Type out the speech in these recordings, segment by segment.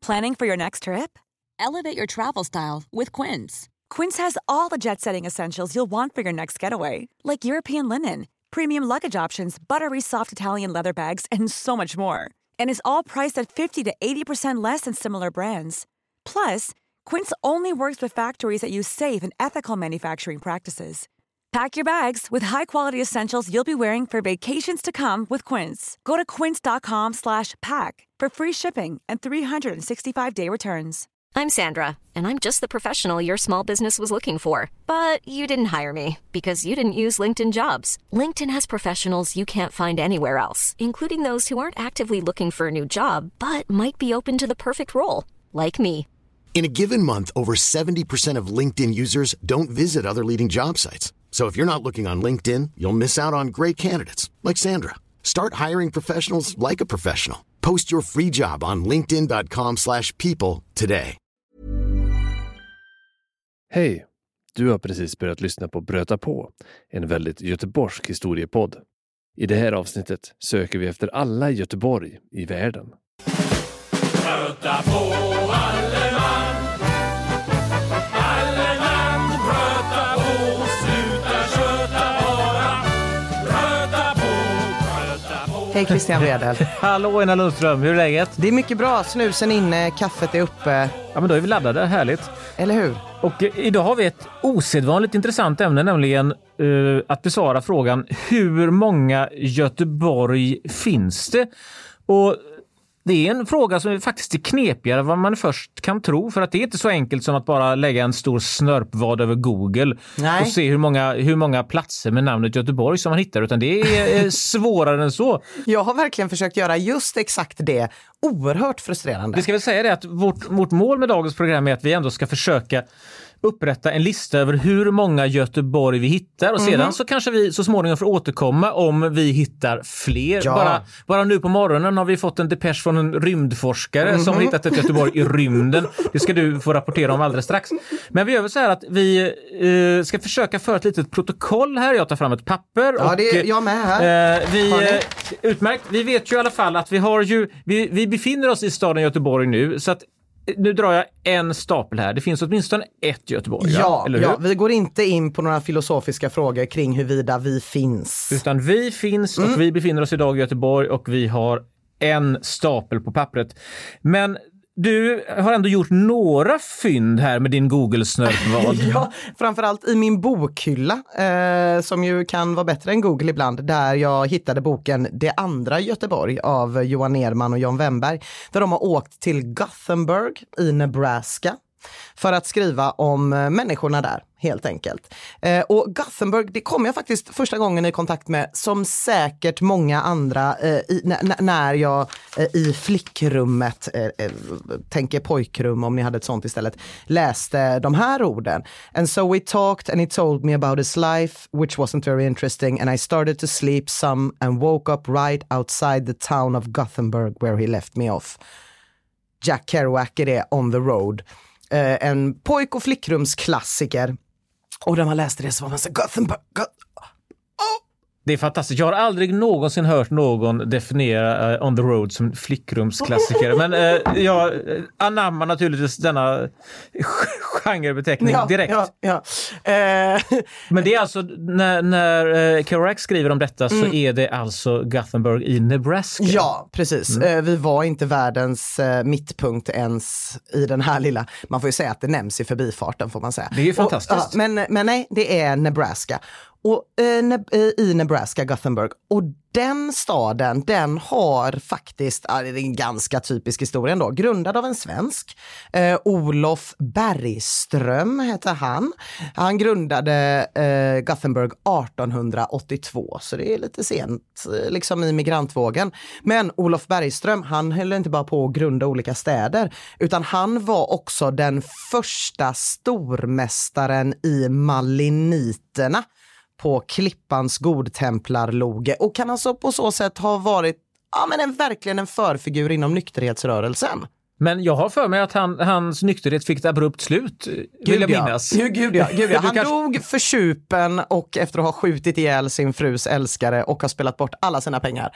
Planning for your next trip? Elevate your travel style with Quince. Quince has all the jet-setting essentials you'll want for your next getaway, like European linen, premium luggage options, buttery soft Italian leather bags, and so much more. And is all priced at 50 to 80% less than similar brands. Plus, Quince only works with factories that use safe and ethical manufacturing practices. Pack your bags with high-quality essentials you'll be wearing for vacations to come with Quince. Go to quince.com/pack for free shipping and 365-day returns. I'm Sandra, and I'm just the professional your small business was looking for. But you didn't hire me because you didn't use LinkedIn Jobs. LinkedIn has professionals you can't find anywhere else, including those who aren't actively looking for a new job, but might be open to the perfect role, like me. In a given month, over 70% of LinkedIn users don't visit other leading job sites. So if you're not looking on LinkedIn, you'll miss out on great candidates like Sandra. Start hiring professionals like a professional. Post your free job on linkedin.com/people today. Hej! Du har precis börjat lyssna på Bröta på, en väldigt göteborgsk historiepodd. I det här avsnittet söker vi efter alla i Göteborg i världen. Bröta på alle man, bröta på, sluta köta bara, bröta på. Hej Christian Redel. Hallå Ina Lundström, hur är läget? Det är mycket bra, snusen inne, kaffet är uppe. Ja, men då är vi laddade, härligt. Eller hur? Och idag har vi ett osedvanligt intressant ämne, nämligen att besvara frågan hur många Göteborg finns det? Och det är en fråga som faktiskt är knepigare än vad man först kan tro, för att det är inte så enkelt som att bara lägga en stor snörpvad över Google och se hur många platser med namnet Göteborg som man hittar, utan det är svårare än så. Jag har verkligen försökt göra just exakt det. Oerhört frustrerande. Vi ska väl säga det att vårt mål med dagens program är att vi ändå ska försöka upprätta en lista över hur många Göteborg vi hittar, och sedan så kanske vi så småningom får återkomma om vi hittar fler. Ja. Bara nu på morgonen har vi fått en depesch från en rymdforskare som har hittat ett Göteborg i rymden. Det ska du få rapportera om alldeles strax. Men vi gör väl så här att vi ska försöka föra ett litet protokoll här. Jag tar fram ett papper. Ja, det är jag med här. Utmärkt. Vi vet ju i alla fall att vi befinner oss i staden Göteborg nu, så att nu drar jag en stapel här. Det finns åtminstone ett Göteborg. Ja, eller hur? ja, vi går inte in på några filosofiska frågor kring huruvida vi finns. Utan vi finns och vi befinner oss idag i Göteborg och vi har en stapel på pappret. Men du har ändå gjort några fynd här med din Google-snörpvad. Ja, framförallt i min bokhylla, som ju kan vara bättre än Google ibland, där jag hittade boken Det andra Göteborg av Johan Nerman och John Wemberg, där de har åkt till Gothenburg i Nebraska för att skriva om människorna där, helt enkelt. Och Gothenburg, det kom jag faktiskt första gången i kontakt med, som säkert många andra, när jag i flickrummet, tänker pojkrum om ni hade ett sånt istället, läste de här orden. And so we talked and he told me about his life, which wasn't very interesting, and I started to sleep some and woke up right outside the town of Gothenburg where he left me off. Jack Kerouac är det, On the Road. En pojk- och flickrumsklassiker. Och när man läste det så var man så Gothenburg. Det är fantastiskt. Jag har aldrig någonsin hört någon definiera On the Road som flickrumsklassiker. Men jag anammar naturligtvis denna genrebeteckning direkt. Ja. Men det är alltså, när Kerouac skriver om detta så är det alltså Gothenburg i Nebraska. Ja, precis. Vi var inte världens mittpunkt ens i den här lilla. Man får ju säga att det nämns i förbifarten, får man säga. Det är ju fantastiskt. Men nej, det är Nebraska. Och i Nebraska, Gothenburg. Och den staden, den har faktiskt, det är en ganska typisk historia ändå, grundad av en svensk. Olof Bergström heter han. Han grundade Gothenburg 1882, så det är lite sent liksom i migrantvågen. Men Olof Bergström, han höll inte bara på att grunda olika städer, utan han var också den första stormästaren i maliniterna på Klippans godtemplarloge, och kan alltså på så sätt ha varit verkligen en förfigur inom nykterhetsrörelsen. Men jag har för mig att hans nykterhet fick ett abrupt slut, vill jag minnas. Gud ja. Han dog försupen och efter att ha skjutit ihjäl sin frus älskare och har spelat bort alla sina pengar.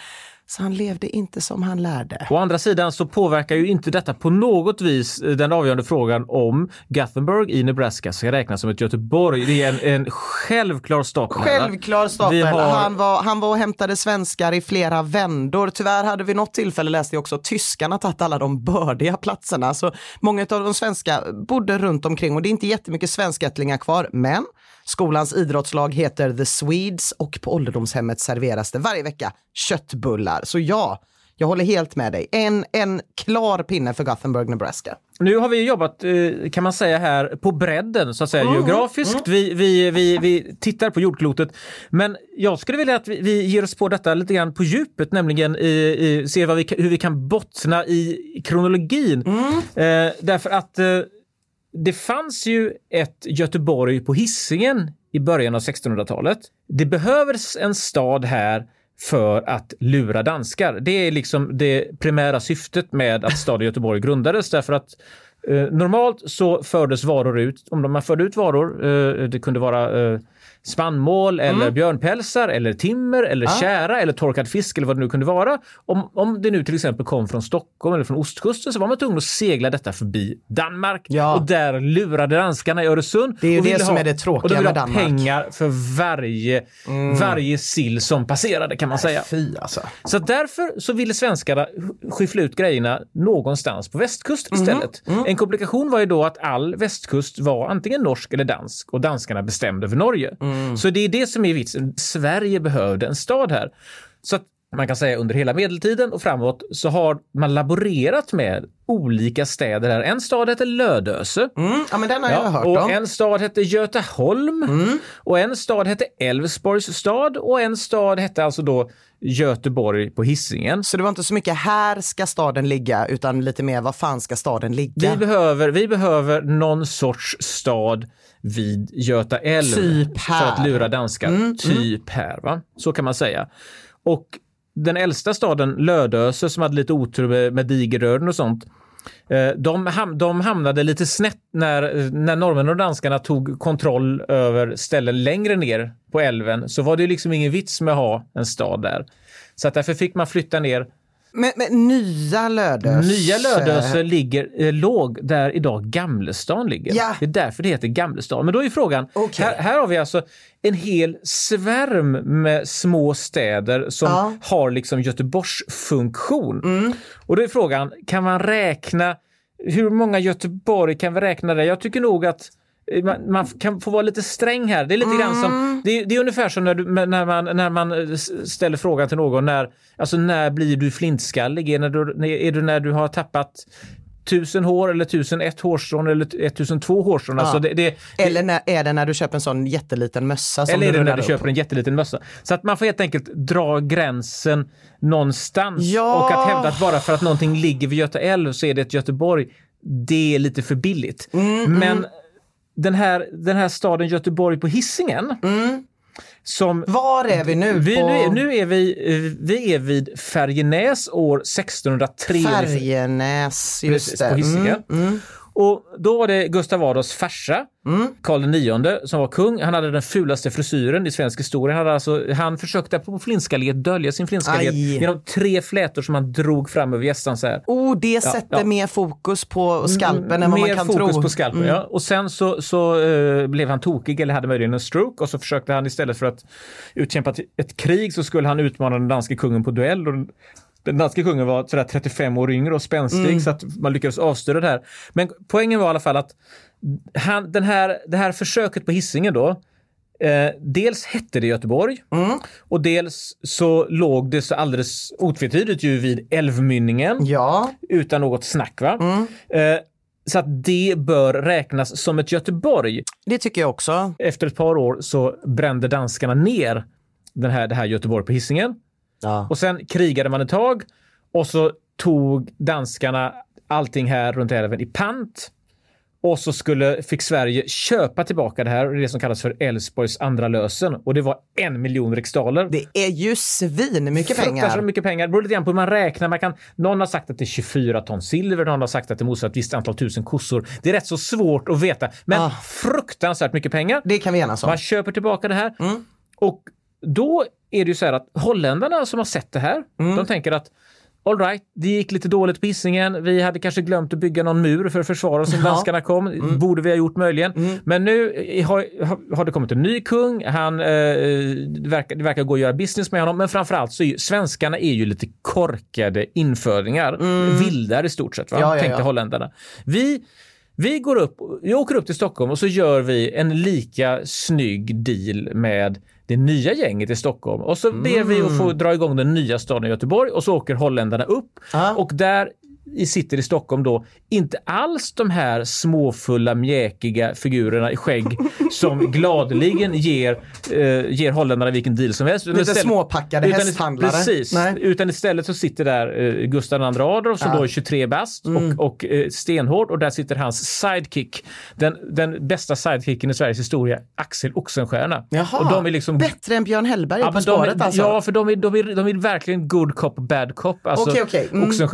Så han levde inte som han lärde. Å andra sidan så påverkar ju inte detta på något vis den avgörande frågan om Gothenburg i Nebraska ska räknas som ett Göteborg. Det är en självklar stapel. Självklar stapel. Han var och hämtade svenskar i flera vändor. Tyvärr hade vi något tillfälle, läste jag också, tyskarna tagit alla de bördiga platserna. Så många av de svenska bodde runt omkring och det är inte jättemycket svenskättlingar kvar. Men skolans idrottslag heter The Swedes och på ålderdomshemmet serveras det varje vecka köttbullar. Så ja, jag håller helt med dig. En klar pinne för Gothenburg, Nebraska. Nu har vi jobbat, kan man säga här, på bredden så att säga, geografiskt. Vi tittar på jordklotet. Men jag skulle vilja att vi ger oss på detta lite grann på djupet, nämligen se hur vi kan bottna i kronologin. Därför att det fanns ju ett Göteborg på Hisingen i början av 1600-talet. Det behövs en stad här för att lura danskar. Det är liksom det primära syftet med att staden Göteborg grundades, därför att normalt så fördes varor ut, om man förde ut varor, det kunde vara spannmål eller björnpälsar eller timmer eller kära eller torkad fisk eller vad det nu kunde vara. Om det nu till exempel kom från Stockholm eller från ostkusten, så var man tvungen att segla detta förbi Danmark. Och där lurade danskarna i Öresund. Det är ju det som är det tråkiga med Danmark. Och de ville ha pengar för varje sill som passerade, kan man säga. Fy alltså. Så därför så ville svenskarna skyffla ut grejerna någonstans på västkusten istället. En komplikation var ju då att all västkust var antingen norsk eller dansk och danskarna bestämde över Norge. Så det är det som är vitsen. Sverige behövde en stad här. Så att man kan säga under hela medeltiden och framåt så har man laborerat med olika städer här. En stad heter Lödöse. Ja, men den har jag hört och om. En stad hette Göteholm. Och en stad hette Älvsborgs stad. Och en stad hette alltså då Göteborg på Hisingen. Så det var inte så mycket här ska staden ligga, utan lite mer var fan ska staden ligga? Vi behöver någon sorts stad vid Göta älv typ här. För att lura danskar. Typ här, va? Så kan man säga. Och den äldsta staden Lödöse, som hade lite otur med Digeröden och sånt, de hamnade lite snett när norrmännen och danskarna tog kontroll över ställen längre ner på älven. Så var det liksom ingen vits med att ha en stad där. Så att därför fick man flytta ner. Men Nya Lödöse låg där idag Gamlestan ligger. Ja. Det är därför det heter Gamlestan. Men då är frågan, här har vi alltså en hel svärm med små städer som har liksom Göteborgs funktion. Och då är frågan, kan man räkna, hur många Göteborg kan vi räkna där? Jag tycker nog att man kan få vara lite sträng här. Det är lite grann som, det är ungefär som när man ställer frågan till någon, när blir du flintskallig? Är du när du har tappat 1000 hår eller 1001 hårstrån eller 1002 hårstrån? Alltså eller är det när du köper en sån jätteliten mössa? Eller är det när du köper en jätteliten mössa? Så att man får helt enkelt dra gränsen någonstans. Och att hävda att bara för att någonting ligger vid Göta älv så är det ett Göteborg, det är lite för billigt. Men den här staden Göteborg på Hisingen, var är vi nu? Nu är vi är vid Färjenäs år 1603. Färjenäs, just det. På Hisingen. Och då var det Gustav Adolfs farsa, Karl IX, som var kung. Han hade den fulaste frisyren i svensk historia. Han försökte på flintskallighet dölja sin flinskallighet genom 3 flätor som han drog fram över gästan så här. Det sätter mer fokus på skalpen än vad man kan tro. Mer fokus på skalpen, ja. Och sen så blev han tokig eller hade möjligen en stroke, och så försökte han istället för att utkämpa ett krig så skulle han utmana den danske kungen på duell, och den danska kungen var sådär 35 år yngre och spänstig, så att man lyckades avstyra det här. Men poängen var i alla fall att det här försöket på Hisingen då, dels hette det Göteborg, och dels så låg det så alldeles otvetydigt ju vid älvmynningen, utan något snack, va? Så att det bör räknas som ett Göteborg. Det tycker jag också. Efter ett par år så brände danskarna ner det här Göteborg på Hisingen. Och sen krigade man ett tag, och så tog danskarna allting här runt älven i pant, och så fick Sverige köpa tillbaka det här, det som kallas för Älvsborgs andra lösen, och det var 1 miljon riksdaler. Det är ju svin mycket pengar. Fruktansvärt mycket pengar. Det beror lite grann på hur man räknar. Någon har sagt att det är 24 ton silver, någon har sagt att det motsvarar ett visst antal 1000 kossor. Det är rätt så svårt att veta, men fruktansvärt mycket pengar. Det kan vi enas om. Man köper tillbaka det här, och då är det ju så här att holländarna som har sett det här, de tänker att all right, det gick lite dåligt på Hisingen. Vi hade kanske glömt att bygga någon mur för att försvara oss om danskarna kom. Borde vi ha gjort möjligen. Men nu har det kommit en ny kung. Det verkar gå att göra business med honom. Men framförallt så är svenskarna är ju lite korkade infödingar. Vildar i stort sett, va? Tänkte holländarna. Vi åker upp till Stockholm och så gör vi en lika snygg deal med det nya gänget i Stockholm. Och så ber vi att få dra igång den nya staden i Göteborg och så åker holländarna upp. Och där sitter i Stockholm då inte alls de här småfulla mjäkiga figurerna i skägg som gladeligen ger holländarna vilken deal som helst. Lite småpackade hästhandlare. Precis. Nej. Utan istället så sitter där Gustav II Adolf som då är 23 bast och stenhård, och där sitter hans sidekick. Den bästa sidekicken i Sveriges historia, Axel Oxenstierna. Jaha, och de är liksom bättre än Björn Hellberg på spåret alltså. Ja, för de är verkligen good cop, bad cop. Alltså, Okej.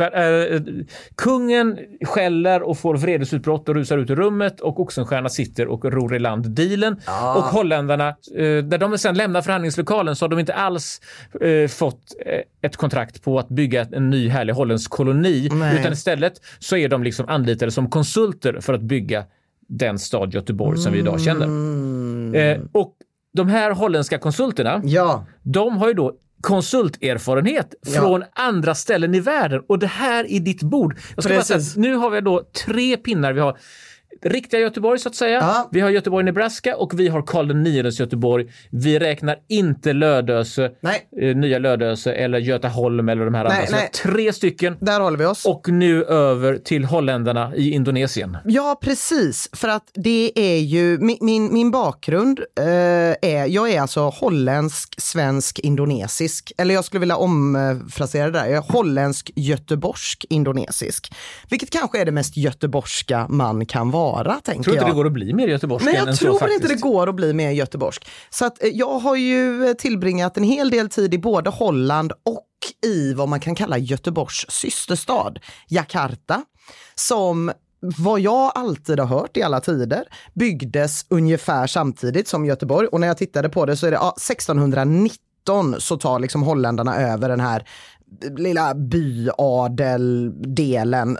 Kungen skäller och får vredesutbrott och rusar ut ur rummet, och Oxenstierna sitter och ror i land dealen. Och holländarna, där de sen lämnar förhandlingslokalen, så har de inte alls fått ett kontrakt på att bygga en ny härlig holländsk koloni. Nej. Utan istället så är de liksom anlitade som konsulter för att bygga den stad Göteborg som vi idag känner. Och de här holländska konsulterna, de har ju då konsulterfarenhet från andra ställen i världen, och det här är ditt bord. Jag ska bara säga, nu har vi då 3 pinnar. Vi har riktiga Göteborg så att säga. Vi har Göteborg Nebraska och vi har Karl IX:s Göteborg. Vi räknar inte Lödöse, nya Lödöse eller Götaholm eller de här andra. Så 3 stycken. Där håller vi oss. Och nu över till holländarna i Indonesien. Ja, precis. För att det är ju min bakgrund jag är alltså holländsk, svensk, indonesisk. Eller jag skulle vilja omfrasera det där. Jag är holländsk, göteborgsk, indonesisk. Vilket kanske är det mest göteborgska man kan vara. Jag tror inte det går att bli mer göteborgsk. Nej, jag tror inte det går att bli mer göteborgsk. Så att jag har ju tillbringat en hel del tid i både Holland och i vad man kan kalla Göteborgs systerstad, Jakarta, som vad jag alltid har hört i alla tider byggdes ungefär samtidigt som Göteborg. Och när jag tittade på det så är det 1619 så tar liksom holländarna över den här lilla byadeldelen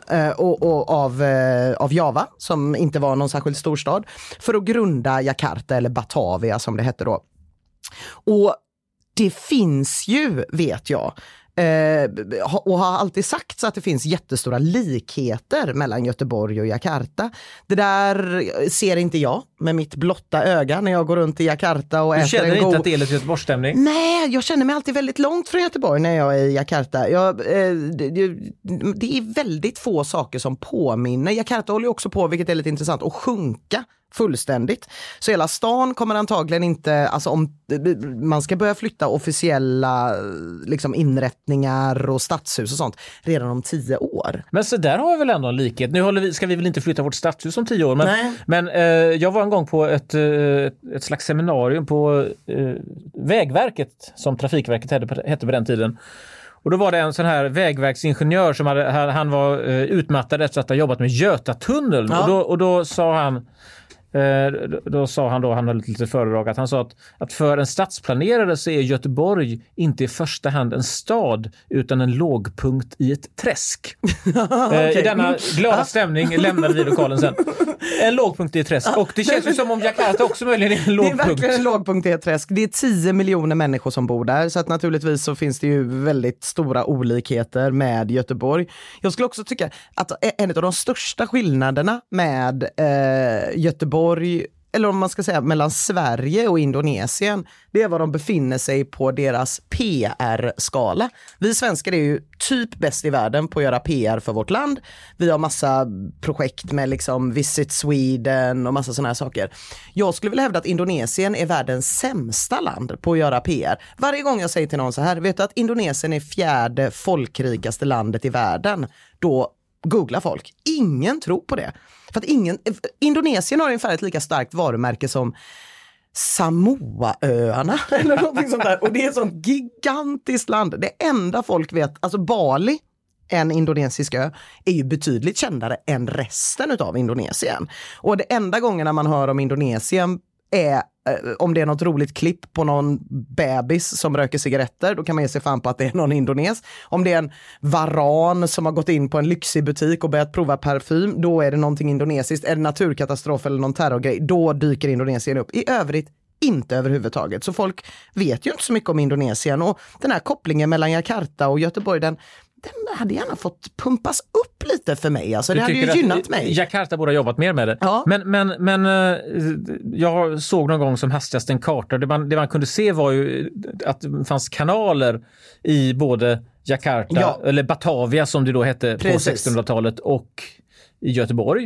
av Java, som inte var någon särskild storstad, för att grunda Jakarta, eller Batavia som det hette då. Och det finns ju, vet jag, och har alltid sagt så att det finns jättestora likheter mellan Göteborg och Jakarta. Det där ser inte jag med mitt blotta öga när jag går runt i Jakarta och äter en god... Du känner inte att det är lite Göteborgsstämning? Nej, jag känner mig alltid väldigt långt från Göteborg när jag är i Jakarta. Det är väldigt få saker som påminner. Jakarta håller ju också på, vilket är lite intressant, att sjunka fullständigt. Så hela stan kommer antagligen inte, alltså om man ska börja flytta officiella liksom inrättningar och stadshus och sånt redan om 10 år. Men så där har vi väl ändå en likhet. Nu ska vi väl inte flytta vårt stadshus om 10 år, men jag var en gång på ett slags seminarium på Vägverket, som Trafikverket hette på den tiden. Och då var det en sån här vägverksingenjör som han var utmattad efter att ha jobbat med Götatunneln. Och då sa han han hade lite föredrag, att han sa att för en stadsplanerare så är Göteborg inte i första hand en stad utan en lågpunkt i ett träsk. I denna glada stämning lämnade vi lokalen sen. En lågpunkt i ett träsk. Och det känns ju som om Jakarta också möjligen är en lågpunkt. Det är verkligen en lågpunkt i ett träsk. Det är 10 miljoner människor som bor där, så att naturligtvis så finns det ju väldigt stora olikheter med Göteborg. Jag skulle också tycka att en av de största skillnaderna med Göteborg, eller om man ska säga mellan Sverige och Indonesien, det är var de befinner sig på deras PR-skala. Vi svenskar är ju typ bäst i världen på att göra PR för vårt land. Vi har massa projekt med liksom Visit Sweden och massa såna här saker. Jag skulle vilja hävda att Indonesien är världens sämsta land på att göra PR. Varje gång jag säger till någon så här, vet du att Indonesien är 4:e folkrikaste landet i världen, då googlar folk. Ingen tror på det. För att Indonesien har ungefär ett lika starkt varumärke som Samoaöarna eller någonting sånt där. Och det är ett sånt gigantiskt land. Det enda folk vet, alltså Bali, en indonesisk ö, är ju betydligt kändare än resten av Indonesien. Och det enda gången när man hör om Indonesien är om det är något roligt klipp på någon bebis som röker cigaretter, då kan man ge sig fan på att det är någon indones. Om det är en varan som har gått in på en lyxig butik och börjat prova parfym, då är det någonting indonesiskt. Är det naturkatastrof eller någon terrorgrej, då dyker Indonesien upp. I övrigt inte överhuvudtaget. Så folk vet ju inte så mycket om Indonesien, och den här kopplingen mellan Jakarta och Göteborg, den hade gärna fått pumpas upp lite för mig. Alltså, det hade ju gynnat mig. Jakarta borde ha jobbat mer med det. Ja. Men jag såg någon gång som hastigast en karta. Det man kunde se var ju att det fanns kanaler i både Jakarta, eller Batavia som det då hette på 1600-talet, och i Göteborg.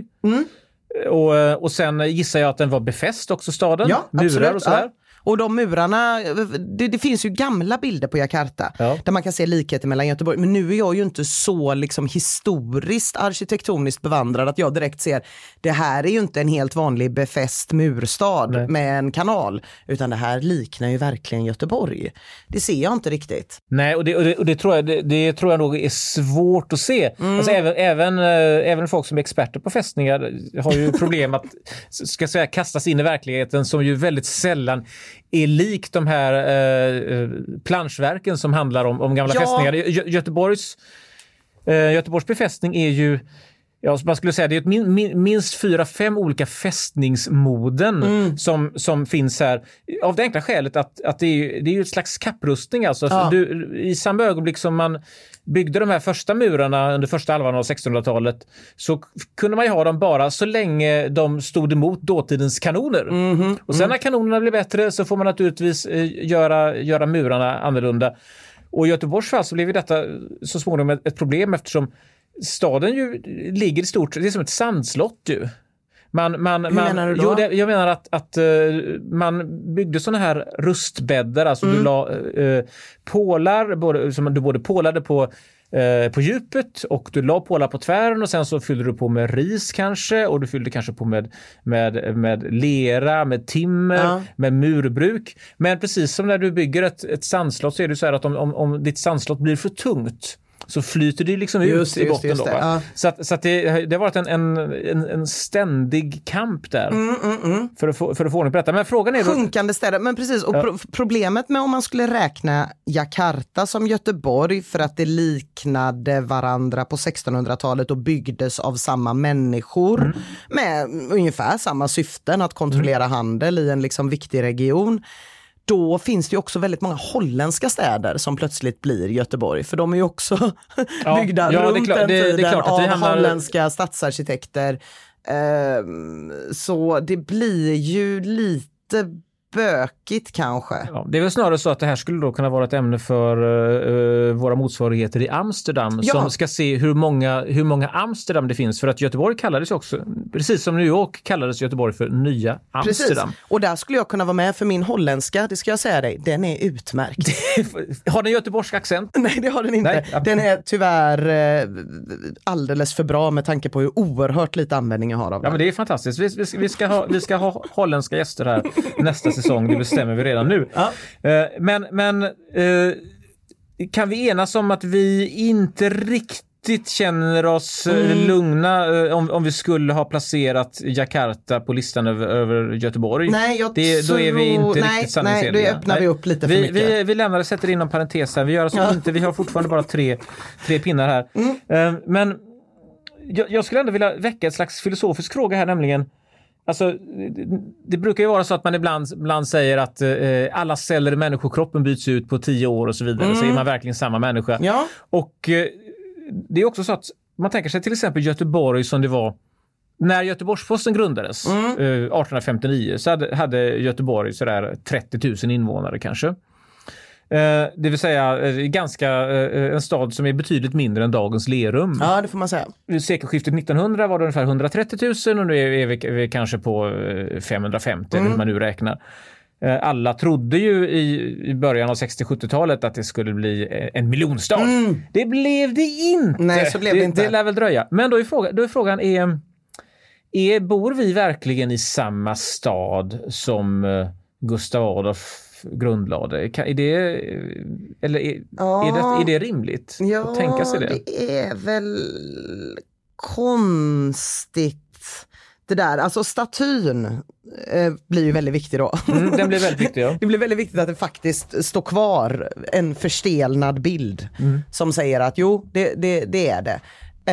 Och sen gissar jag att den var befäst också, staden. Ja, murar absolut, och sådär. ja. Och de murarna, det finns ju gamla bilder på Jakarta där man kan se likheter mellan Göteborg. Men nu är jag ju inte så liksom historiskt, arkitektoniskt bevandrad att jag direkt ser, det här är ju inte en helt vanlig befäst murstad med en kanal, utan det här liknar ju verkligen Göteborg. Det ser jag inte riktigt. Nej, och det tror jag nog är svårt att se. Alltså även folk som är experter på fästningar har ju problem att ska säga, kastas in i verkligheten, som ju väldigt sällan är likt de här planschverken som handlar om gamla fästningar. Göteborgs befästning är ju, man skulle säga, det är minst 4-5 olika fästningsmoden som finns här. Av det enkla skälet att det är ju ett slags kapprustning. Alltså. I samma ögonblick som man byggde de här första murarna under första halvan av 1600-talet, så kunde man ju ha dem bara så länge de stod emot dåtidens kanoner. Och sen när kanonerna blir bättre så får man naturligtvis göra murarna annorlunda. Och i Göteborgs fall så blev detta så småningom ett problem, eftersom staden ju ligger i stort, det är som ett sandslott ju. Hur menar du då? Jag menar att man byggde såna här rustbäddar, alltså du la pålar, som du både pålade på djupet, och du la pålar på tvären, och sen så fyllde du på med ris kanske, och du fyllde kanske på med lera, med timmer, med murbruk. Men precis som när du bygger ett sandslott, så är det så här att om ditt sandslott blir för tungt, så flyter det liksom ut i botten. Så att det har varit en ständig kamp där för att få ordning på detta. Men frågan är då... Sjunkande städer, men precis. Och problemet med om man skulle räkna Jakarta som Göteborg, för att det liknade varandra på 1600-talet och byggdes av samma människor med ungefär samma syften, att kontrollera handel i en liksom viktig region. Då finns det ju också väldigt många holländska städer som plötsligt blir Göteborg. För de är ju också byggda runt den tiden av holländska stadsarkitekter. Så det blir ju lite bökigt kanske. Ja, det är väl snarare så att det här skulle då kunna vara ett ämne för våra motsvarigheter i Amsterdam, som ska se hur många Amsterdam det finns, för att Göteborg kallades också, precis som New York kallades Göteborg för nya Amsterdam. Precis. Och där skulle jag kunna vara med, för min holländska, det ska jag säga dig, den är utmärkt. Har den göteborgsk accent? Nej, det har den inte. Nej. Den är tyvärr alldeles för bra med tanke på hur oerhört lite användning jag har av den. Ja, men det är fantastiskt. Vi ska ha holländska gäster här nästa säsong, det bestämmer vi redan nu. Ja. Men kan vi enas om att vi inte riktigt känner oss lugna om vi skulle ha placerat Jakarta på listan över Göteborg? Nej, då är vi inte riktigt sanningsenliga. Nej, då öppnar vi upp lite för mycket. Vi lämnar och sätter in en parentes här. Vi gör alltså inte, vi har fortfarande bara tre pinnar här. Men jag skulle ändå vilja väcka ett slags filosofisk fråga här, nämligen, alltså, det brukar ju vara så att man ibland säger att alla celler i människokroppen byts ut på 10 år och så vidare. Så är man verkligen samma människa. Ja. Och det är också så att man tänker sig till exempel Göteborg som det var när Göteborgs-Posten grundades 1859, så hade Göteborg sådär 30 000 invånare kanske. Det vill säga en stad som är betydligt mindre än dagens Lerum. Ja, det får man säga. Vid sekelskiftet 1900 var det ungefär 130 000 och nu är vi kanske på 550 eller hur man nu räknar. Alla trodde ju i början av 60-70-talet att det skulle bli en miljonstad. Det blev det inte. Nej, så blev det inte. Det lär väl dröja. Men då är frågan bor vi verkligen i samma stad som Gustav Adolf grundlade? Är det rimligt att tänka sig det? Det är väl konstigt. det där, alltså statyn blir ju väldigt viktig då. Den blir väldigt viktig, ja. Det blir väldigt viktigt att det faktiskt står kvar en förstelnad bild som säger att jo, det är det.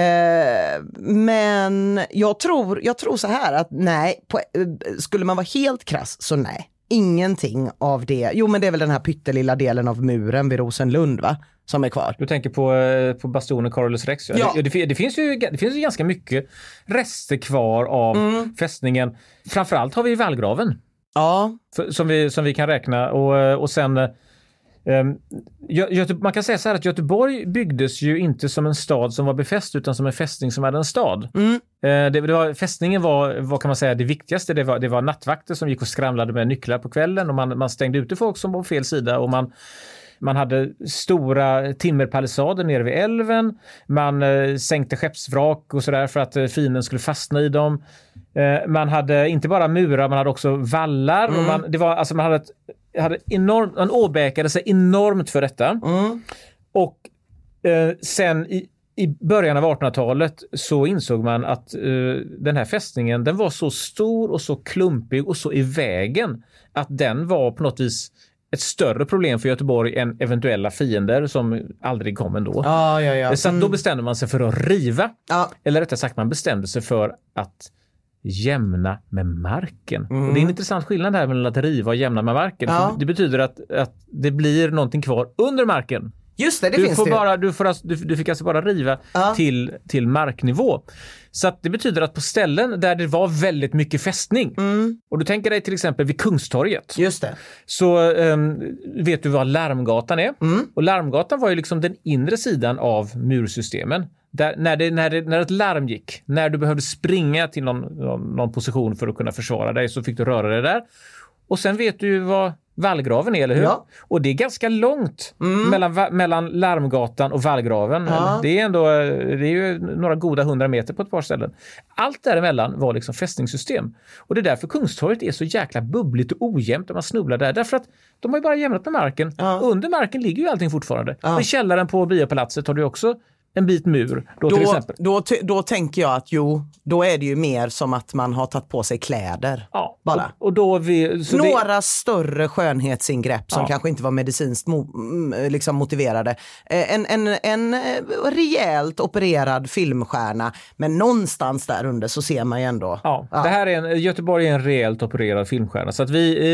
Men jag tror så här att nej, skulle man vara helt krass så nej. Ingenting av det. Jo, men det är väl den här pyttelilla delen av muren vid Rosenlund, va? Som är kvar. Du tänker på bastionen Carolus Rex. Ja. Det finns ju ganska mycket rester kvar av fästningen. Framförallt har vi vallgraven. Ja. Som vi kan räkna. Och sen... man kan säga så här att Göteborg byggdes ju inte som en stad som var befäst utan som en fästning som hade en stad. Fästningen var kan man säga det viktigaste. Det var nattvakter som gick och skramlade med nycklar på kvällen och man stängde ute folk som var på fel sida och man hade stora timmerpalisader nere vid älven. Man sänkte skeppsvrak och sådär för att fienden skulle fastna i dem. Man hade inte bara murar, man hade också vallar. Och man åbäkade sig enormt för detta. Och sen i början av 1800-talet så insåg man att den här fästningen, den var så stor och så klumpig och så i vägen att den var på något vis ett större problem för Göteborg än eventuella fiender som aldrig kom ändå. Ja. Så att då bestämde man sig för att riva. Ja. Eller rättare sagt, man bestämde sig för att jämna med marken. Och det är en intressant skillnad här mellan att riva och jämna med marken. Ja. För det betyder att det blir någonting kvar under marken. Just det, finns det. Du fick alltså bara riva till marknivå. Så att det betyder att på ställen där det var väldigt mycket fästning och du tänker dig till exempel vid Kungstorget. Just det. Så vet du vad Larmgatan är? Och Larmgatan var ju liksom den inre sidan av mursystemen. Där, när ett larm gick, när du behövde springa till någon position för att kunna försvara dig så fick du röra dig där. Och sen vet du vad vallgraven är, eller hur? Ja. Och det är ganska långt mellan Larmgatan och vallgraven. Ja. Det är ju några goda 100 meter på ett par ställen. Allt däremellan var liksom fästningssystem. Och det är därför Kungstorget är så jäkla bubbligt och ojämnt när man snubblar där. Därför att de har ju bara jämnat med marken. Ja. Under marken ligger ju allting fortfarande. Ja. I källaren på Biopalatset har du också en bit mur till exempel. Då tänker jag att då är det ju mer som att man har tagit på sig kläder. Ja, bara. Och då några större skönhetsingrepp som kanske inte var medicinskt liksom motiverade. En rejält opererad filmstjärna, men någonstans där under så ser man ju ändå. Ja. Det här är Göteborg är en rejält opererad filmstjärna. Så att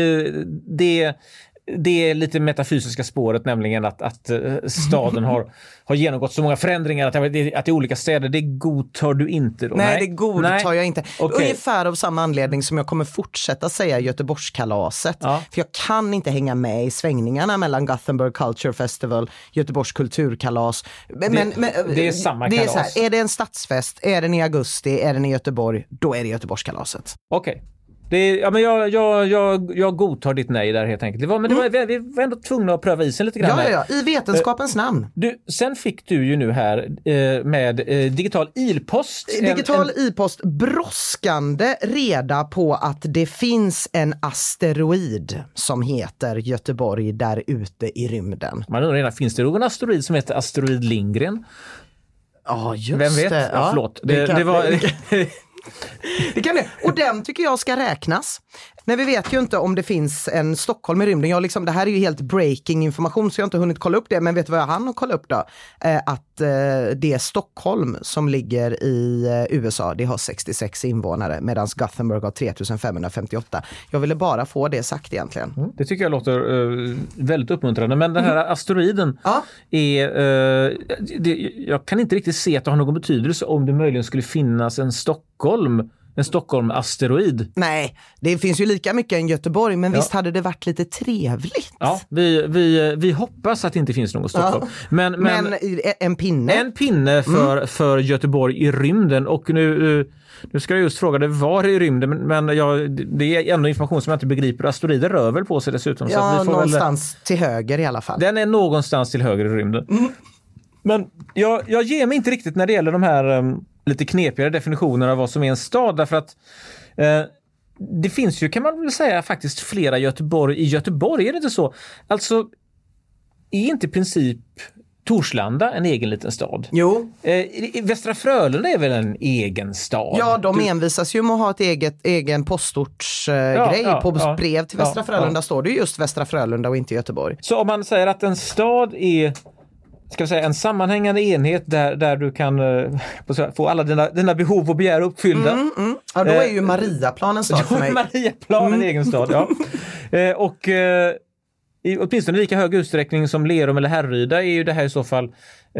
det är lite metafysiska spåret, nämligen att staden har genomgått så många förändringar att det är olika städer. Det godtar du inte då? Nej, det godtar jag inte. Okay. Ungefär av samma anledning som jag kommer fortsätta säga Göteborgskalaset. Ja. För jag kan inte hänga med i svängningarna mellan Gothenburg Culture Festival, Göteborgs kulturkalas. Men det är samma kalas. Det är så här, är det en stadsfest, är den i augusti, är den i Göteborg, då är det Göteborgskalaset. Okej. Men jag godtar ditt nej där helt enkelt. Vi var ändå tvungna att pröva isen lite grann. Ja, i vetenskapens namn. Sen fick du ju nu här med digital ilpost. Ilpost, brådskande reda på att det finns en asteroid som heter Göteborg där ute i rymden. Man undrar redan, finns det någon asteroid som heter asteroid Lindgren? Ja, just Vem vet? det. Ja, förlåt. Det kan det. Och den tycker jag ska räknas. Men vi vet ju inte om det finns en Stockholm i rymden. Det här är ju helt breaking information så jag har inte hunnit kolla upp det. Men vet du vad jag hann att kolla upp då? Att det är Stockholm som ligger i USA. Det har 66 invånare medan Gothenburg har 3558. Jag ville bara få det sagt egentligen. Det tycker jag låter väldigt uppmuntrande. Men den här asteroiden är... jag kan inte riktigt se att det har någon betydelse om det möjligen skulle finnas en Stockholm-asteroid. Nej, det finns ju lika mycket än Göteborg, men visst hade det varit lite trevligt. Ja, vi hoppas att det inte finns någon Stockholm. Men en pinne. En pinne för Göteborg i rymden. Och nu ska jag just fråga dig var i rymden, men det är ändå information som jag inte begriper. Asteroider rör väl på sig dessutom. Ja, så att vi får någonstans till höger i alla fall. Den är någonstans till höger i rymden. Men jag ger mig inte riktigt när det gäller de här lite knepigare definitionerna av vad som är en stad, därför att det finns ju, kan man väl säga, faktiskt flera Göteborg i Göteborg, är det inte så? Alltså, är inte i princip Torslanda en egen liten stad? Jo. Västra Frölunda är väl en egen stad? Ja, de envisas ju med att ha ett egen postortsgrej. På brev till Västra Frölunda står det just Västra Frölunda och inte Göteborg. Så om man säger att en stad är, ska vi säga, en sammanhängande enhet där du kan få alla dina behov och begär uppfyllda. Ja, då är ju Mariaplan en stad för mig. Mariaplan en egen stad, ja. Och i åtminstone lika hög utsträckning som Lerum eller Härryda är ju det här i så fall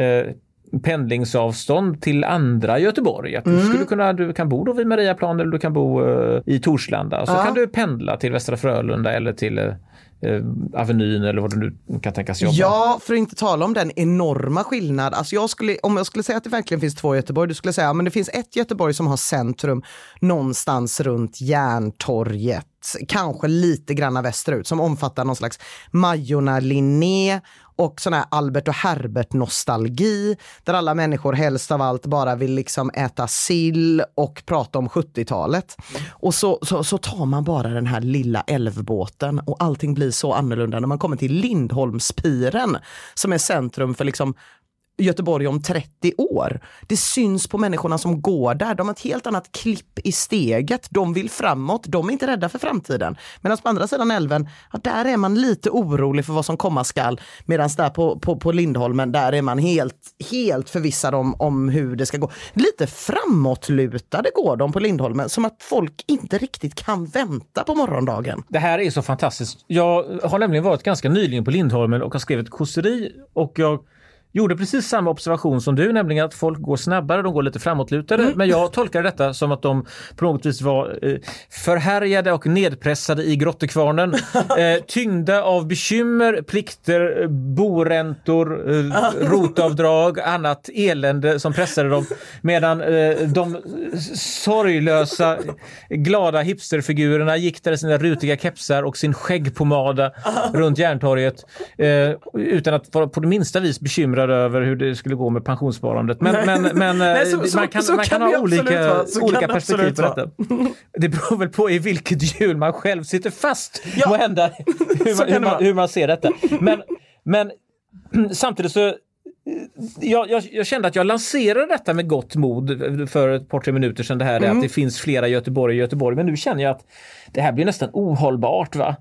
pendlingsavstånd till andra Göteborg. Att du kan bo då vid Mariaplan eller du kan bo i Torslanda. Så kan du pendla till Västra Frölunda eller till Avenyn eller vad du nu kan tänkas jobba. Ja, för att inte tala om den enorma skillnad. Alltså om jag skulle säga att det verkligen finns två Göteborg, du skulle säga men det finns ett Göteborg som har centrum någonstans runt Järntorget. Kanske lite granna västerut som omfattar någon slags Majorna-Linné och sån här Albert och Herbert-nostalgi där alla människor helst av allt bara vill liksom äta sill och prata om 70-talet. Och så tar man bara den här lilla älvbåten och allting blir så annorlunda när man kommer till Lindholmspiren som är centrum för liksom Göteborg om 30 år. Det syns på människorna som går där. De har ett helt annat klipp i steget. De vill framåt. De är inte rädda för framtiden. Medan på andra sidan älven, där är man lite orolig för vad som komma skall. Medan där på Lindholmen, där är man helt förvissad om hur det ska gå. Lite framåtlutade går de på Lindholmen. Som att folk inte riktigt kan vänta på morgondagen. Det här är så fantastiskt. Jag har nämligen varit ganska nyligen på Lindholmen och har skrivit kåseri och jag gjorde precis samma observation som du, nämligen att folk går snabbare, de går lite framåtlutade. Men jag tolkar detta som att de på något vis var förhärjade och nedpressade i grottekvarnen. Tyngda av bekymmer, plikter, boräntor, rotavdrag, annat elände som pressade dem. Medan de sorglösa, glada hipsterfigurerna gick där sina rutiga kepsar och sin skäggpomada runt Järntorget utan att vara på det minsta vis bekymrade över hur det skulle gå med pensionssparandet. Men man kan ha olika perspektiv på detta. Det beror väl på i vilket hjul man själv sitter fast. Vad händer? Hur man ser detta. Men samtidigt så jag kände att jag lanserade detta med gott mod för ett par 3 minuter sedan. Det här att det finns flera Göteborg. Men nu känner jag att det här blir nästan ohållbart, va?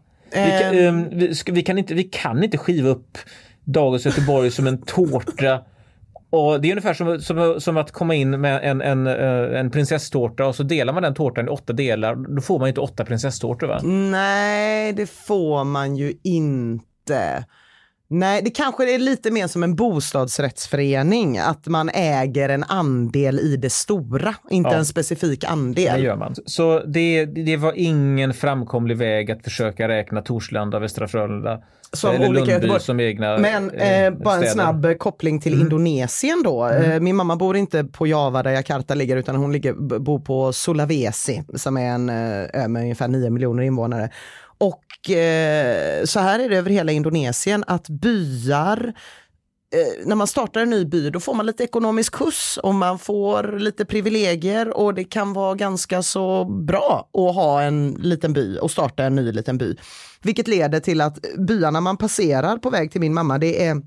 Vi kan inte skiva upp dagens Göteborg som en tårta. Och det är ungefär som att komma in med en prinsesstårta och så delar man den tårtan i 8 delar. Då får man inte 8 prinsesstårtor, va? Nej, det får man ju inte. Nej, det kanske är lite mer som en bostadsrättsförening. Att man äger en andel i det stora, inte en specifik andel. Det gör man. Så det var ingen framkomlig väg att försöka räkna Torslanda, Västra Frölunda som eller olika Lundby som egna Men bara en snabb koppling till Indonesien då. Min mamma bor inte på Java där Jakarta ligger, utan hon bor på Sulawesi som är en ö med ungefär 9 miljoner invånare. Och så här är det över hela Indonesien att byar, när man startar en ny by då får man lite ekonomisk skjuts och man får lite privilegier och det kan vara ganska så bra att ha en liten by och starta en ny liten by. Vilket leder till att byarna man passerar på väg till min mamma, det är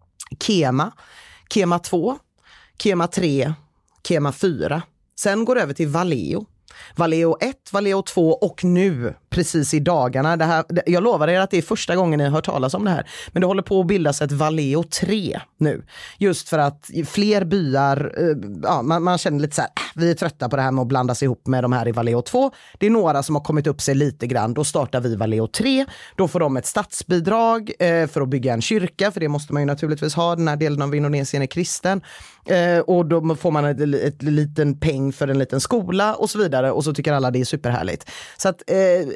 Kema 2, Kema 3, Kema 4. Sen går det över till Valeo 1, Valeo 2 och nu precis i dagarna. Jag lovar er att det är första gången ni har hört talas om det här. Men det håller på att bildas ett Valeo 3 nu. Just för att fler byar, man känner lite så här, vi är trötta på det här med att blandas ihop med de här i Valeo 2. Det är några som har kommit upp sig lite grann. Då startar vi Valeo 3. Då får de ett statsbidrag för att bygga en kyrka. För det måste man ju naturligtvis ha. Den här delen av Indonesien är kristen. Och då får man ett liten peng för en liten skola och så vidare. Och så tycker alla det är superhärligt. Så att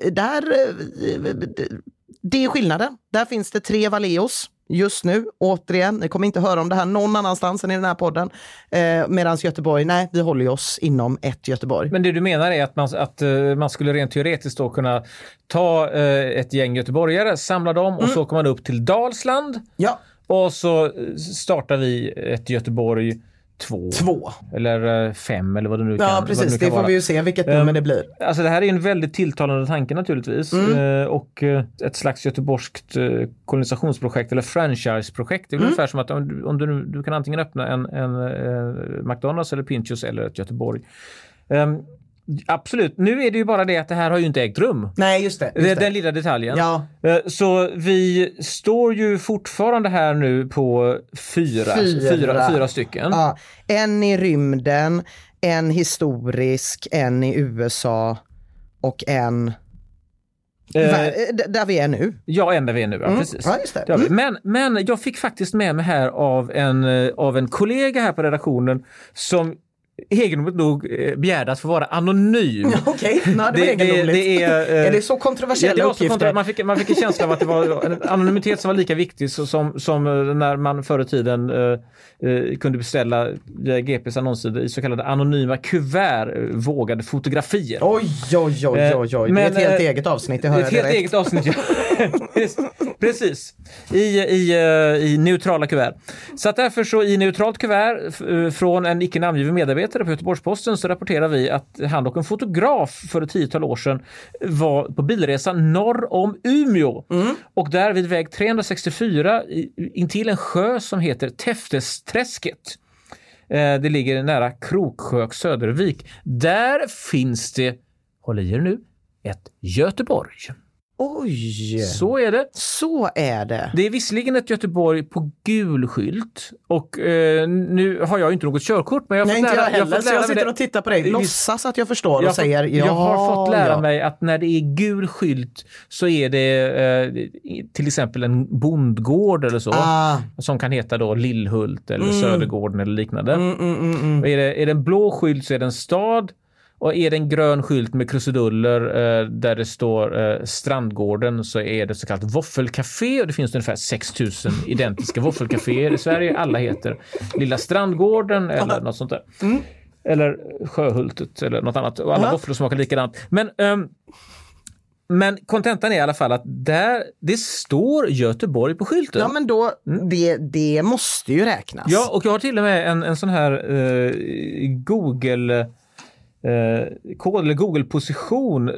det är skillnaden. Där finns det 3 Valeos just nu. Återigen, ni kommer inte höra om det här någon annanstans än i den här podden. Medans Göteborg, nej, vi håller oss inom ett Göteborg. Men det du menar är att man skulle rent teoretiskt då kunna ta ett gäng göteborgare, samla dem och så kommer man upp till Dalsland. Ja. Och så startar vi ett Göteborg 2. Eller 5 eller vad det nu kan. Ja, precis. Det får vi ju se vilket nummer det blir. Alltså det här är en väldigt tilltalande tanke naturligtvis. Och ett slags göteborgskt kolonisationsprojekt eller franchiseprojekt. Det är ungefär som att om du kan antingen öppna en McDonald's eller Pinchos eller ett Göteborg. Absolut. Nu är det ju bara det att det här har ju inte ägt rum. Nej, just det. Det är den lilla detaljen. Ja. Så vi står ju fortfarande här nu på fyra stycken. Ja. En i rymden, en historisk, en i USA och en där vi är nu. Ja, en där vi är nu. Ja, precis. Ja, just det. Men jag fick faktiskt med mig här av en kollega här på redaktionen som egendomligt nog begärde att få vara anonym. Okej, det var egendomligt. Är det så kontroversiella uppgifter? Man fick en känsla av att det var en anonymitet som var lika viktig som när man förr i tiden kunde beställa via GPs annonssidor i så kallade anonyma kuvert vågade fotografier. Oj. Det är ett helt eget avsnitt. Det är ett helt eget avsnitt, ja. Precis. I neutrala kuvert. Så att därför så i neutralt kuvert från en icke namngiven medarbetare på Göteborgs-Posten så rapporterar vi att han och en fotograf för ett 10-tal år sedan var på bilresa norr om Umeå. Och där vid väg 364 intill en sjö som heter Täftesträsket. Det ligger nära Kroksjö och Södervik. Där finns det, håll i er nu, ett Göteborg. Oj! Så är det. Så är det. Det är visserligen ett Göteborg på gul skylt och nu har jag inte något körkort men jag sitter och tittar på dig. Låtsas att jag förstår och säger jag har fått lära mig att när det är gul skylt så är det till exempel en bondgård eller så som kan heta då Lillhult eller Södergården eller liknande. Är det en blå skylt så är det en stad. Och är det en grön skylt med krusiduller där det står Strandgården så är det så kallat våffelcafé och det finns ungefär 6000 identiska våffelcaféer i Sverige. Alla heter Lilla Strandgården eller något sånt där. Eller Sjöhultet eller något annat. Och alla våfflor smakar likadant. Men kontentan är i alla fall att det står Göteborg på skylten. Ja, men då, det måste ju räknas. Ja, och jag har till och med en sån här kod eller Google-position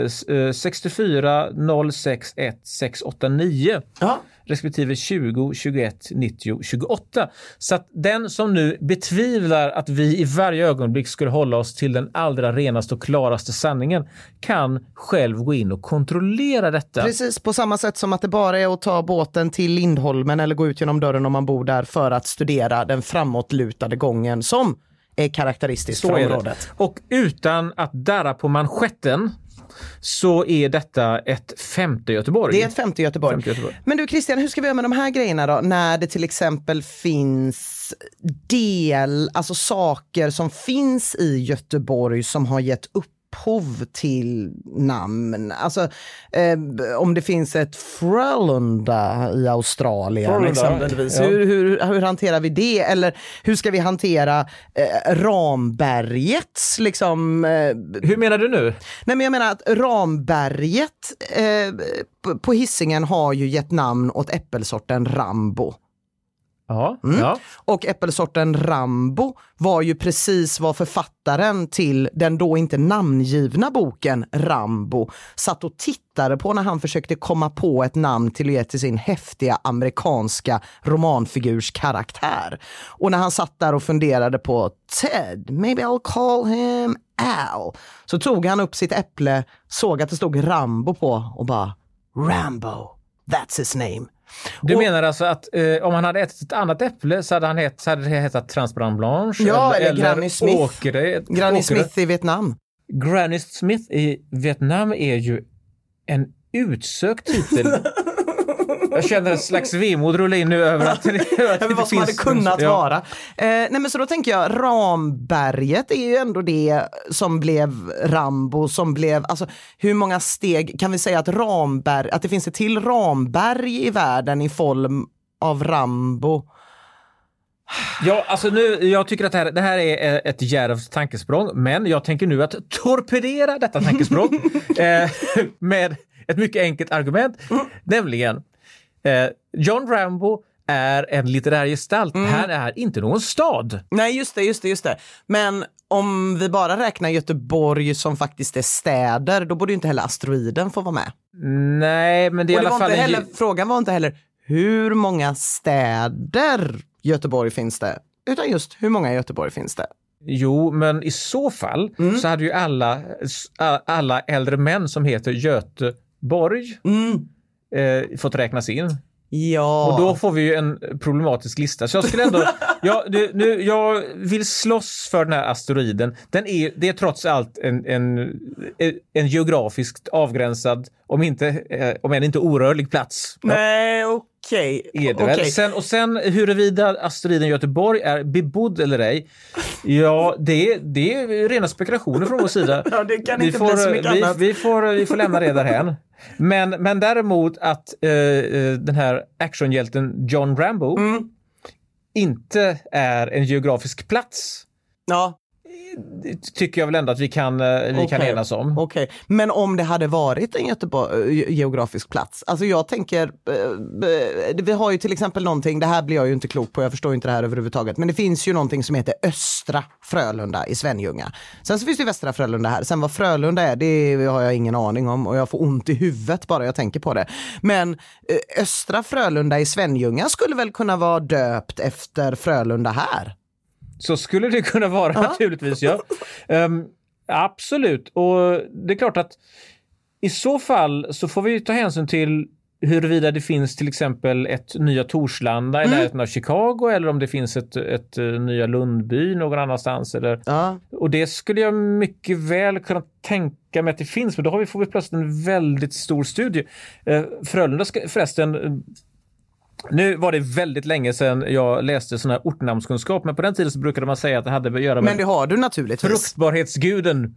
64061689 respektive 20 21 90 28. Så att den som nu betvivlar att vi i varje ögonblick skulle hålla oss till den allra renaste och klaraste sanningen kan själv gå in och kontrollera detta. Precis, på samma sätt som att det bara är att ta båten till Lindholmen eller gå ut genom dörren om man bor där för att studera den framåtlutade gången som är karaktäristiskt för området. Och utan att darra på manschetten så är detta ett femte Göteborg. Det är ett femte Göteborg. Men du Christian, hur ska vi göra med de här grejerna då? När det till exempel finns alltså saker som finns i Göteborg som har gett upphov till namn. Alltså om det finns ett Frölunda i Australien exempelvis. Ja. Hur hanterar vi det? Eller hur ska vi hantera Rambergets liksom... Hur menar du nu? Nej, men jag menar att Ramberget på Hisingen har ju gett namn åt äppelsorten Rambo. Ja. Och äppelsorten Rambo var ju precis vad författaren till den då inte namngivna boken Rambo satt och tittade på när han försökte komma på ett namn till att ge till sin häftiga amerikanska romanfigurs karaktär. Och när han satt där och funderade på Ted, maybe I'll call him Al, så tog han upp sitt äpple, såg att det stod Rambo på och bara Rambo, that's his name. Du menar alltså att om han hade ätit ett annat äpple så hade det hetat Transparent Blanche? Ja, eller Granny Smith. Granny Smith i Vietnam. Granny Smith i Vietnam är ju en utsökt titel. Jag känner en slags vemod rulla in nu över att det vad som hade kunnat vara. Nej, men så då tänker jag, Ramberget är ju ändå det som blev Rambo, som blev, alltså hur många steg kan vi säga att det finns ett till Ramberg i världen i form av Rambo? Ja, alltså jag tycker att det här är ett djärvt tankesprång, men jag tänker nu att torpedera detta tankesprång med ett mycket enkelt argument, nämligen John Rambo är en litterär gestalt. Här är inte någon stad. Nej, just det. Men om vi bara räknar Göteborg som faktiskt är städer, då borde ju inte heller asteroiden få vara med. Nej, men det är i alla fall... Frågan var inte heller hur många städer Göteborg finns det, utan just hur många Göteborg finns det. Jo, men i så fall så hade ju alla äldre män som heter Göteborg fått räknas in. Ja. Och då får vi ju en problematisk lista. Så jag skulle ändå... jag vill slåss för den här asteroiden. Det är trots allt en geografiskt avgränsad, om än inte orörlig plats. Nej, okej. Är det väl? Sen huruvida asteroiden Göteborg är bebodd eller ej, ja, det är rena spekulationer från vår sida. Ja, det kan inte bli så mycket annat. Vi får lämna det därhän. Men däremot att den här actionhjälten John Rambo inte är en geografisk plats. Ja. Tycker jag väl ändå att vi kan enas om. Okej. Men om det hade varit en geografisk plats. Alltså jag tänker, vi har ju till exempel någonting, det här blir jag ju inte klok på, jag förstår inte det här överhuvudtaget. Men det finns ju någonting som heter Östra Frölunda i Svenljunga. Sen så finns det Västra Frölunda här. Sen vad Frölunda är, det har jag ingen aning om. Och jag får ont i huvudet bara jag tänker på det. Men Östra Frölunda i Svenljunga skulle väl kunna vara döpt efter Frölunda här? Så skulle det kunna vara naturligtvis, ja. Absolut. Och det är klart att i så fall så får vi ta hänsyn till huruvida det finns till exempel ett nya Torslanda i närheten av Chicago, eller om det finns ett nya Lundby någon annanstans. Och det skulle jag mycket väl kunna tänka mig att det finns, men då får vi plötsligt en väldigt stor studie. Frölunda förresten... Nu var det väldigt länge sedan jag läste sån här ortnamnskunskap, men på den tiden så brukade man säga att det hade att göra med... Men det har du naturligtvis. Fruktbarhetsguden.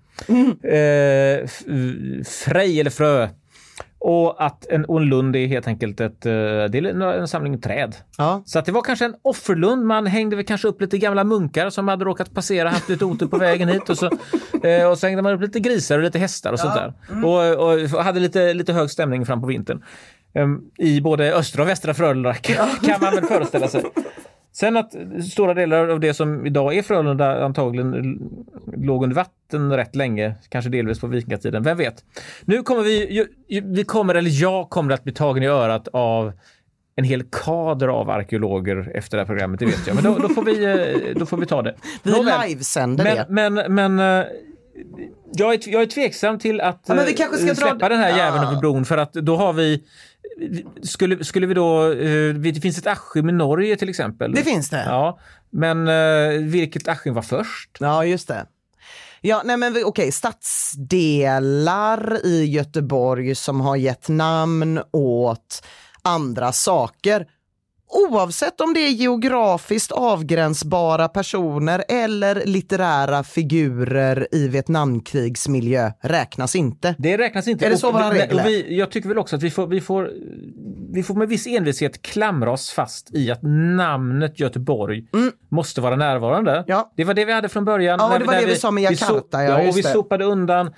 Frej eller frö. Och att en lund är helt enkelt det är en samling träd. Ja. Så att det var kanske en offerlund. Man hängde väl kanske upp lite gamla munkar som hade råkat passera, haft lite otur på vägen hit. Och så hängde man upp lite grisar och lite hästar och sånt där. Och hade lite hög stämning fram på vintern. I både östra och västra Frölunda kan man väl föreställa sig. Sen att stora delar av det som idag är Frölunda antagligen låg under vatten rätt länge, kanske delvis på vikingatiden, vem vet. Nu kommer jag kommer att bli tagen i örat av en hel kader av arkeologer efter det här programmet, det vet jag. Men då får vi ta det. Vi livesänder det. Men jag är tveksam till att vi kanske ska släppa den här jäveln över bron, för att då har vi skulle vi då det finns ett Askim i Norge till exempel. Det finns det. Ja, men vilket Askim var först? Ja, just det. Ja, nej men okej, stadsdelar i Göteborg som har gett namn åt andra saker. Oavsett om det är geografiskt avgränsbara personer eller litterära figurer i Vietnamkrigsmiljö räknas inte. Det räknas inte. Är det så våra regler? Jag tycker väl också att vi får med viss envishet klamra oss fast i att namnet Göteborg måste vara närvarande. Ja. Det var det vi hade från början. Ja, det var det vi sa med Jakarta. Och vi sopade undan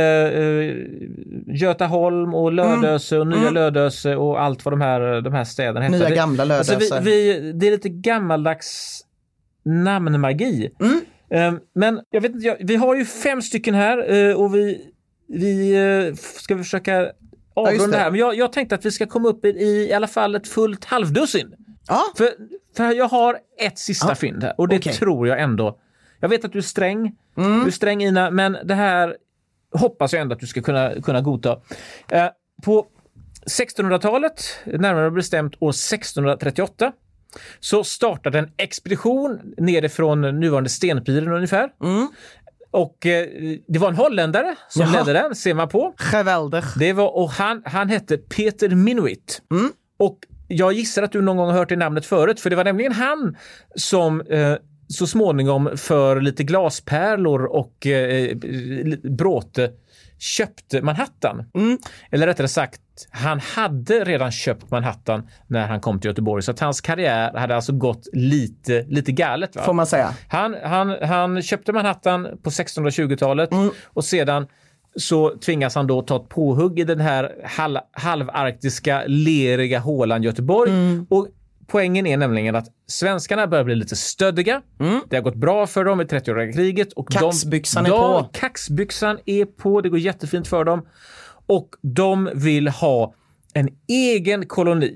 Götaholm och Lödöse och Nya Lödöse och allt vad de här städerna hette. Nya gamla Lödöse. Alltså det är lite gammaldags namnmagi. Men jag vet inte, vi har ju 5 stycken här och vi ska försöka avrunda här. Men jag tänkte att vi ska komma upp i alla fall ett fullt halvdussin. Ja. För jag har ett sista fynd här och det tror jag ändå. Jag vet att du är sträng. Du är sträng, Ina, men det här hoppas jag ändå att du ska kunna godta. På 1600-talet, närmare bestämt år 1638, så startade en expedition nerifrån nuvarande Stenpiren ungefär. Och det var en holländare som ledde den, ser man på. Geweldig. Det var, och han hette Peter Minuit. Och jag gissar att du någon gång har hört det namnet förut, för det var nämligen han som så småningom för lite glaspärlor och bråte köpte Manhattan. Eller rättare sagt, han hade redan köpt Manhattan när han kom till Göteborg. Så att hans karriär hade alltså gått lite galet. Va? Får man säga. Han köpte Manhattan på 1620-talet och sedan så tvingas han då ta ett påhugg i den här halvarktiska leriga hålan Göteborg. Och poängen är nämligen att svenskarna börjar bli lite stöddiga. Det har gått bra för dem i 30-åriga kriget. Och kaxbyxan är på. Kaxbyxan är på. Det går jättefint för dem. Och de vill ha en egen koloni.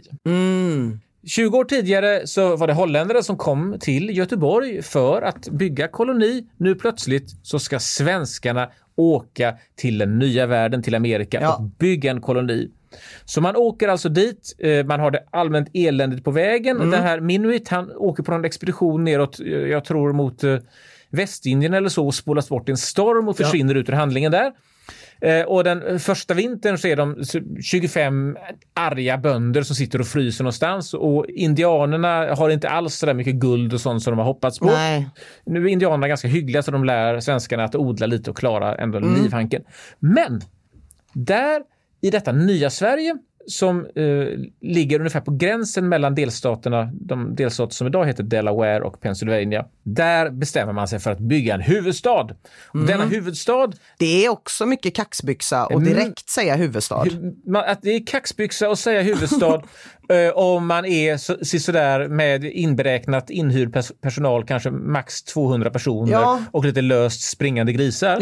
20 år tidigare så var det holländare som kom till Göteborg för att bygga koloni. Nu plötsligt så ska svenskarna åka till den nya världen, till Amerika och bygga en koloni. Så man åker alltså dit, man har det allmänt eländigt på vägen. Den här Minuit, han åker på en expedition neråt, jag tror mot Västindien eller så, och spolas bort i en storm och försvinner ut ur handlingen där. Och den första vintern så är de 25 arga bönder som sitter och fryser någonstans, och indianerna har inte alls så där mycket guld och sånt som de har hoppats på. Nej. Nu är indianerna ganska hyggliga, så de lär svenskarna att odla lite och klara ändå livhanken. Men där i detta nya Sverige som ligger ungefär på gränsen mellan delstaterna, de delstater som idag heter Delaware och Pennsylvania. Där bestämmer man sig för att bygga en huvudstad. Och denna huvudstad... Det är också mycket kaxbyxa och direkt säga huvudstad. Att det är kaxbyxa och säga huvudstad om man är sådär med inberäknat inhyrd personal, kanske max 200 personer och lite löst springande grisar.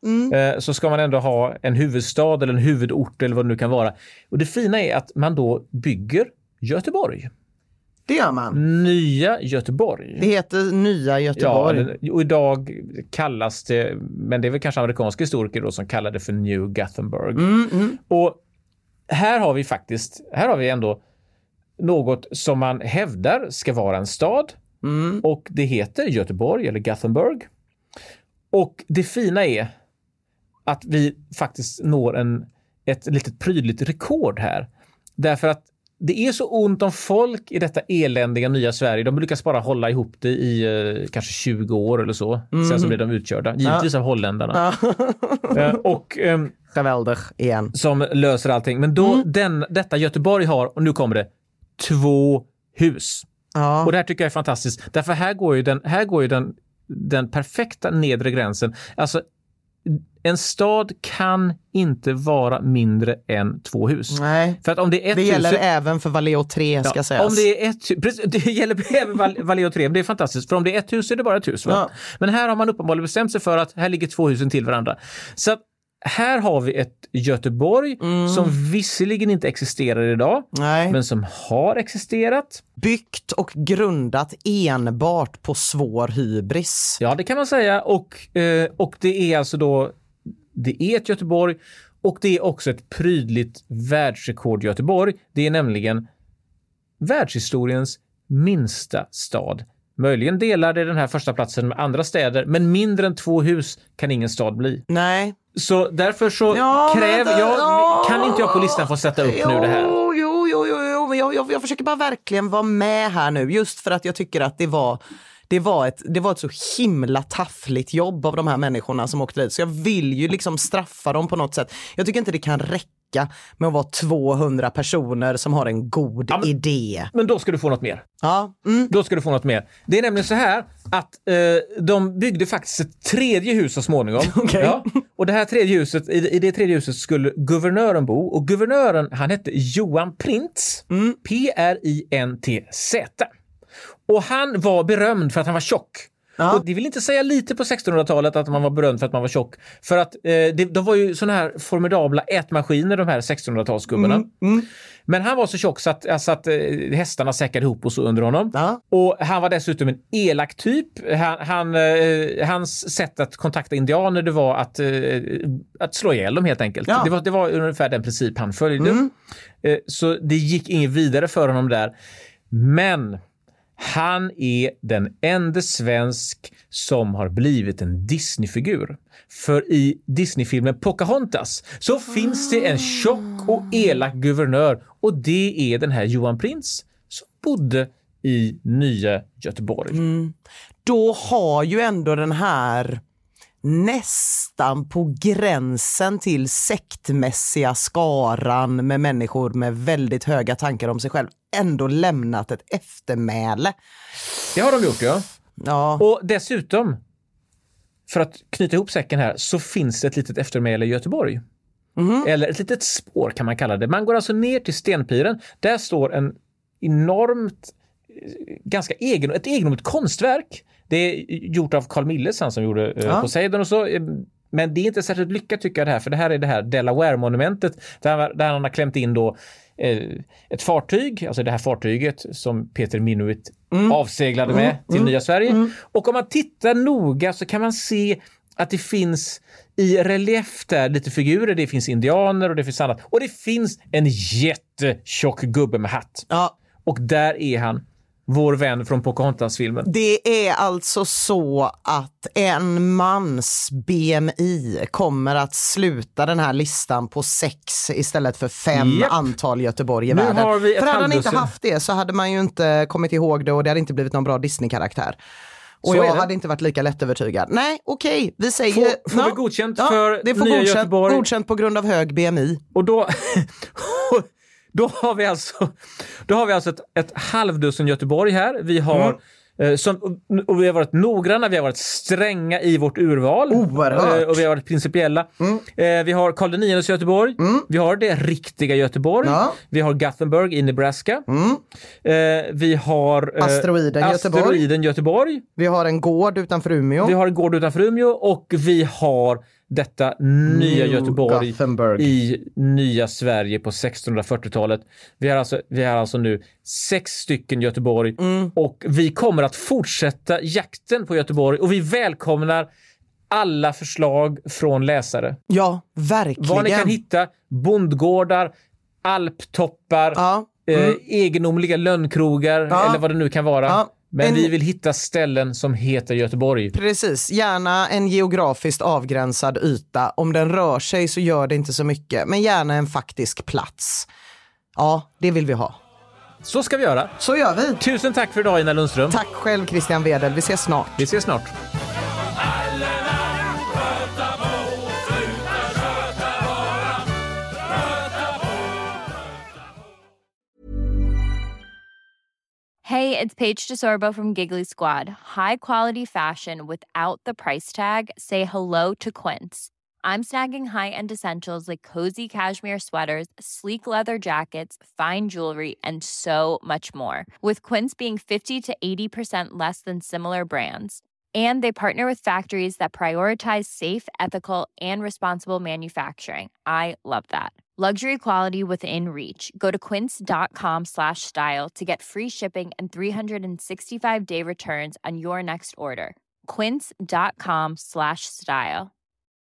Så ska man ändå ha en huvudstad eller en huvudort eller vad det nu kan vara. Och det fina är att man då bygger Göteborg. Det gör man. Nya Göteborg. Det heter Nya Göteborg. Ja, och idag kallas det, men det är väl kanske amerikanska historiker då som kallar det för New Gothenburg. Och här har vi ändå något som man hävdar ska vara en stad. Och det heter Göteborg eller Gothenburg. Och det fina är att vi faktiskt når ett litet prydligt rekord här. Därför att det är så ont om folk i detta eländiga nya Sverige. De lyckas bara hålla ihop det i kanske 20 år eller så. Sen så blir de utkörda. Givetvis av holländarna. Och Geweldig igen. som löser allting. Men då detta Göteborg har, och nu kommer det, 2 hus. Och det här tycker jag är fantastiskt. Därför här går ju den perfekta nedre gränsen. Alltså en stad kan inte vara mindre än 2 hus. Nej. För att om det är det gäller även för Valeo 3 ska sägas. Om det är det gäller även Valeo 3, men det är fantastiskt. För om det är ett hus är det bara ett hus. Va? Men här har man uppenbarligen bestämt sig för att här ligger 2 husen till varandra. Så att här har vi ett Göteborg som visserligen inte existerar idag, men som har existerat. Byggt och grundat enbart på svår hybris. Ja, det kan man säga. Och det är alltså då, det är ett Göteborg, och det är också ett prydligt världsrekord Göteborg. Det är nämligen världshistoriens minsta stad. Möjligen delar det den här första platsen med andra städer, men mindre än 2 hus kan ingen stad bli. Nej. Så därför så kan inte jag på listan få sätta upp nu det här. Men jag försöker bara verkligen vara med här nu, just för att jag tycker att det var ett så himla taffligt jobb av de här människorna som åkte dit. Så jag vill ju liksom straffa dem på något sätt. Jag tycker inte det kan räcka med att vara 200 personer som har en god idé. Men då ska du få något mer. Då ska du få något mer. Det är nämligen så här att de byggde faktiskt ett 3:e hus så småningom. Och det här 3:e huset, i det 3:e huset skulle guvernören bo. Och guvernören, han hette Johan Printz. P-R-I-N-T-Z. Och han var berömd för att han var tjock. Och det vill inte säga lite på 1600-talet att man var berömd för att man var tjock. För att de var ju såna här formidabla ätmaskiner, de här 1600-talsgubbarna. Men han var så tjock så att hästarna säckade ihop och så under honom. Och han var dessutom en elak typ. Hans sätt att kontakta indianer, det var att slå ihjäl dem helt enkelt. Det var ungefär den princip han följde. Så det gick inget vidare för honom där. Men han är den enda svensk som har blivit en Disney-figur. För i Disney-filmen Pocahontas så finns det en tjock och elak guvernör. Och det är den här Johan Printz som bodde i nya Göteborg. Då har ju ändå den här nästan på gränsen till sektmässiga skaran med människor med väldigt höga tankar om sig själv ändå lämnat ett eftermäle. Det har de gjort, ja. Och dessutom, för att knyta ihop säcken här, så finns det ett litet eftermäle i Göteborg. Eller ett litet spår kan man kalla det. Man går alltså ner till Stenpiren. Där står en enormt ganska ett egendomligt konstverk. Det är gjort av Carl Milles, han som gjorde Poseidon och så. Men det är inte särskilt lyckat tycker jag det här. För det här är det här Delaware-monumentet. Där han har klämt in då ett fartyg. Alltså det här fartyget som Peter Minuit avseglade med till nya Sverige. Och om man tittar noga så kan man se att det finns i relief där lite figurer. Det finns indianer och det finns annat. Och det finns en jättetjock gubbe med hatt. Ja. Och där är han, vår vän från Pocahontas-filmen. Det är alltså så att en mans BMI kommer att sluta den här listan på 6 istället för 5 antal Göteborg i världen. För hade han inte haft det så hade man ju inte kommit ihåg det och det hade inte blivit någon bra Disney-karaktär. Och jag hade inte varit lika lättövertygad. Nej, okej, vi säger... Får vi godkänt för det får nya Göteborg? Godkänt på grund av hög BMI. Och då har vi alltså ett halvdussin Göteborg här. Vi har och vi har varit noggranna, vi har varit stränga i vårt urval. Oerhört. Och vi har varit principiella. Vi har Karl IX Göteborg. Vi har det riktiga Göteborg. Ja. Vi har Gothenburg i Nebraska. Vi har asteroiden Göteborg. Vi har en gård utanför Umeå. Och vi har detta nya Göteborg Gothenburg i nya Sverige på 1640-talet. Vi har alltså nu 6 stycken Göteborg och vi kommer att fortsätta jakten på Göteborg och vi välkomnar alla förslag från läsare. Ja, verkligen. Vad ni kan hitta, bondgårdar, alptoppar, egendomliga lönnkrogar eller vad det nu kan vara. Ja. Men vi vill hitta ställen som heter Göteborg. Precis, gärna en geografiskt avgränsad yta. Om den rör sig så gör det inte så mycket. Men gärna en faktisk plats. Ja, det vill vi ha. Så ska vi göra. Så gör vi. Tusen tack för idag, Ina Lundström. Tack själv, Christian Wedel. Vi ses snart. Hey, it's Paige DeSorbo from Giggly Squad. High quality fashion without the price tag. Say hello to Quince. I'm snagging high-end essentials like cozy cashmere sweaters, sleek leather jackets, fine jewelry, and so much more. With Quince being 50 to 80% less than similar brands. And they partner with factories that prioritize safe, ethical, and responsible manufacturing. I love that. Luxury quality within reach. Go to quince.com/style to get free shipping and 365-day returns on your next order. Quince.com/style.